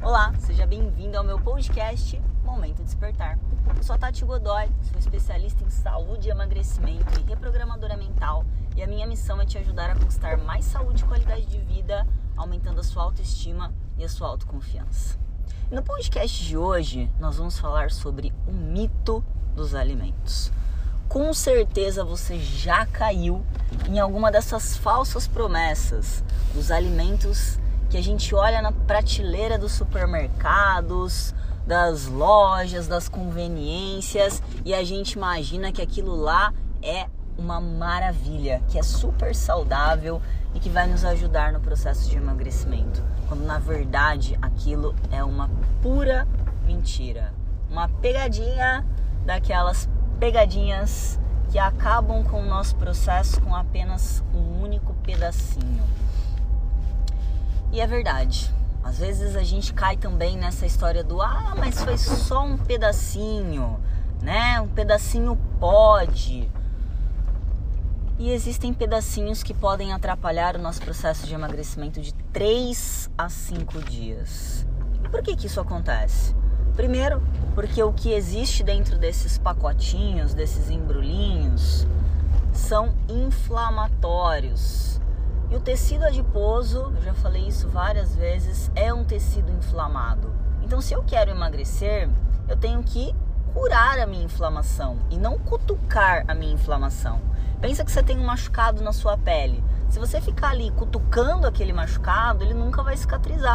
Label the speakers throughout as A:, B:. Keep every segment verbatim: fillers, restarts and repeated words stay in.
A: Olá, seja bem-vindo ao meu podcast Momento Despertar. Eu sou a Tati Godoy, sou especialista em saúde, emagrecimento e reprogramadora mental, e a minha missão é te ajudar a conquistar mais saúde e qualidade de vida, aumentando a sua autoestima e a sua autoconfiança. E no podcast de hoje, nós vamos falar sobre o mito dos alimentos. Com certeza você já caiu em alguma dessas falsas promessas dos alimentos que a gente olha na prateleira dos supermercados, das lojas, das conveniências, e a gente imagina que aquilo lá é uma maravilha, que é super saudável e que vai nos ajudar no processo de emagrecimento, quando na verdade aquilo é uma pura mentira, uma pegadinha daquelas pegadinhas que acabam com o nosso processo com apenas um único pedacinho. E é verdade, às vezes a gente cai também nessa história do ah, mas foi só um pedacinho, né? Um pedacinho pode. E existem pedacinhos que podem atrapalhar o nosso processo de emagrecimento de três a cinco dias. E por que que isso acontece? Primeiro, porque o que existe dentro desses pacotinhos, desses embrulhinhos, são inflamatórios. E o tecido adiposo, eu já falei isso várias vezes, é um tecido inflamado. Então, se eu quero emagrecer, eu tenho que curar a minha inflamação e não cutucar a minha inflamação. Pensa que você tem um machucado na sua pele. Se você ficar ali cutucando aquele machucado, ele nunca vai cicatrizar.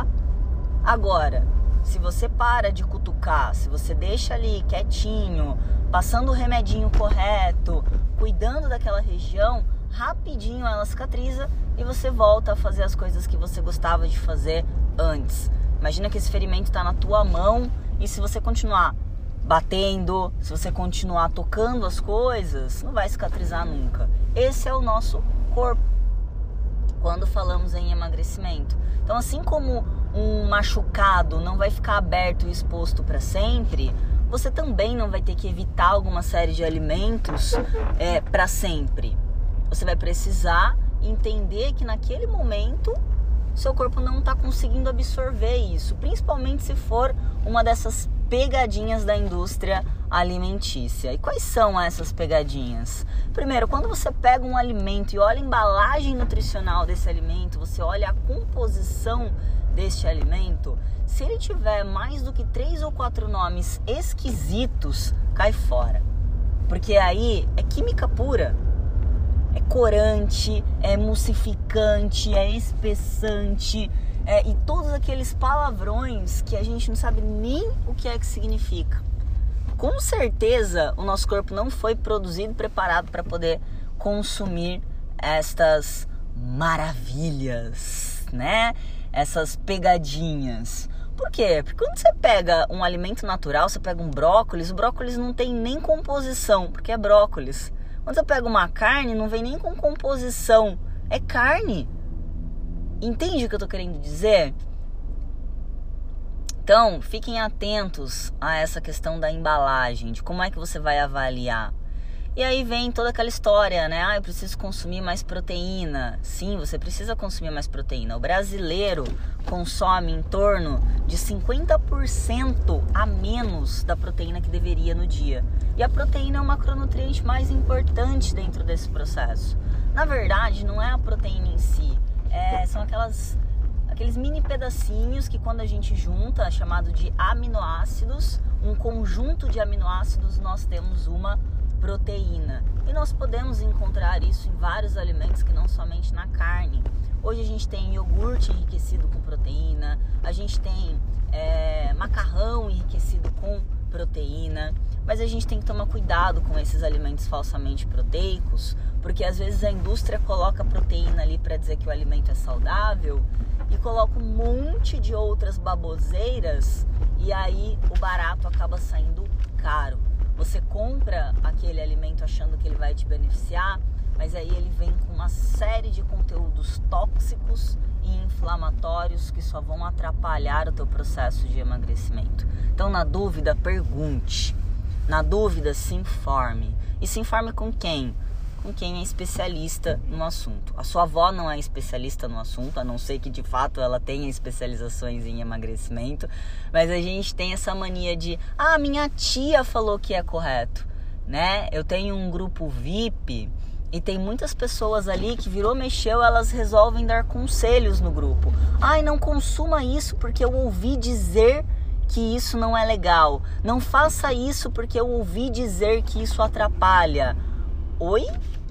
A: Agora, se você para de cutucar, se você deixa ali quietinho, passando o remedinho correto, cuidando daquela região, rapidinho ela cicatriza e você volta a fazer as coisas que você gostava de fazer antes. Imagina que esse ferimento está na tua mão e se você continuar batendo, se você continuar tocando as coisas, não vai cicatrizar nunca. Esse é o nosso corpo quando falamos em emagrecimento. Então, assim como um machucado não vai ficar aberto e exposto para sempre, você também não vai ter que evitar alguma série de alimentos é, para sempre. Você vai precisar entender que naquele momento seu corpo não está conseguindo absorver isso, principalmente se for uma dessas pegadinhas da indústria alimentícia. E quais são essas pegadinhas? Primeiro, quando você pega um alimento e olha a embalagem nutricional desse alimento, você olha a composição deste alimento, se ele tiver mais do que três ou quatro nomes esquisitos, cai fora. Porque aí é química pura. É corante, é emulsificante, é espessante, é, e todos aqueles palavrões que a gente não sabe nem o que é que significa. Com certeza o nosso corpo não foi produzido e preparado para poder consumir estas maravilhas, né? Essas pegadinhas. Por quê? Porque quando você pega um alimento natural, você pega um brócolis, o brócolis não tem nem composição, porque é brócolis. Quando você pega uma carne, não vem nem com composição, é carne. Entende o que eu tô querendo dizer? Então, fiquem atentos a essa questão da embalagem, de como é que você vai avaliar. E aí vem toda aquela história, né? Ah, eu preciso consumir mais proteína. Sim, você precisa consumir mais proteína. O brasileiro consome em torno de cinquenta por cento a menos da proteína que deveria no dia. E a proteína é o macronutriente mais importante dentro desse processo. Na verdade, não é a proteína em si. É, são aquelas, aqueles mini pedacinhos que quando a gente junta, chamado de aminoácidos, um conjunto de aminoácidos, nós temos uma proteína. E nós podemos encontrar isso em vários alimentos que não somente na carne. Hoje a gente tem iogurte enriquecido com proteína, a gente tem é, macarrão enriquecido com proteína, mas a gente tem que tomar cuidado com esses alimentos falsamente proteicos, porque às vezes a indústria coloca proteína ali para dizer que o alimento é saudável e coloca um monte de outras baboseiras e aí o barato acaba saindo caro. Você compra aquele alimento achando que ele vai te beneficiar, mas aí ele vem com uma série de conteúdos tóxicos e inflamatórios que só vão atrapalhar o teu processo de emagrecimento. Então, na dúvida, pergunte. Na dúvida, se informe. E se informe com quem? com quem é especialista no assunto. A sua avó não é especialista no assunto, a não ser que de fato ela tenha especializações em emagrecimento, mas a gente tem essa mania de, ah, minha tia falou que é correto, né? Eu tenho um grupo V I P e tem muitas pessoas ali que virou, mexeu, elas resolvem dar conselhos no grupo. Ai, não consuma isso porque eu ouvi dizer que isso não é legal. Não faça isso porque eu ouvi dizer que isso atrapalha. Oi?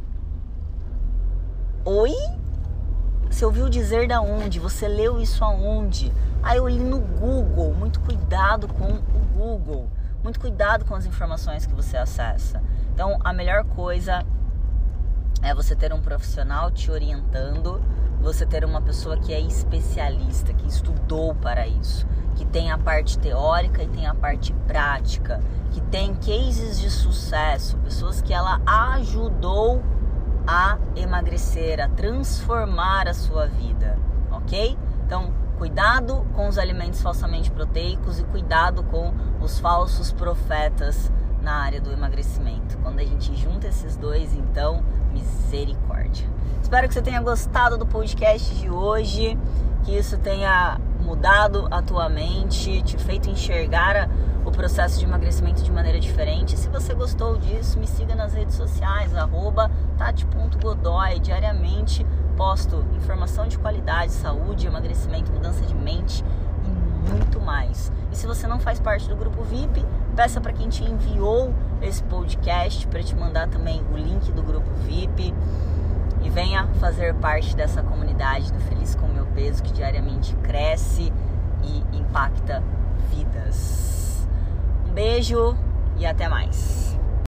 A: Oi? Você ouviu dizer da onde? Você leu isso aonde? Ah, eu li no Google. Muito cuidado com o Google. Muito cuidado com as informações que você acessa. Então, a melhor coisa é você ter um profissional te orientando, você ter uma pessoa que é especialista, que estudou para isso, que tem a parte teórica e tem a parte prática, que tem cases de sucesso, pessoas que ela ajudou a emagrecer, a transformar a sua vida, ok? Então, cuidado com os alimentos falsamente proteicos e cuidado com os falsos profetas na área do emagrecimento. Quando a gente junta esses dois, então, misericórdia. Espero que você tenha gostado do podcast de hoje, que isso tenha mudado a tua mente, te feito enxergar o processo de emagrecimento de maneira diferente. Se você gostou disso, me siga nas redes sociais, arroba tati ponto godoy. Diariamente posto informação de qualidade, saúde, emagrecimento, mudança de mente e muito mais. E se você não faz parte do grupo V I P, peça para quem te enviou esse podcast para te mandar também o link do grupo V I P e venha fazer parte dessa comunidade do Feliz com o Meu Peso, que diariamente cresce e impacta vidas. Um beijo e até mais.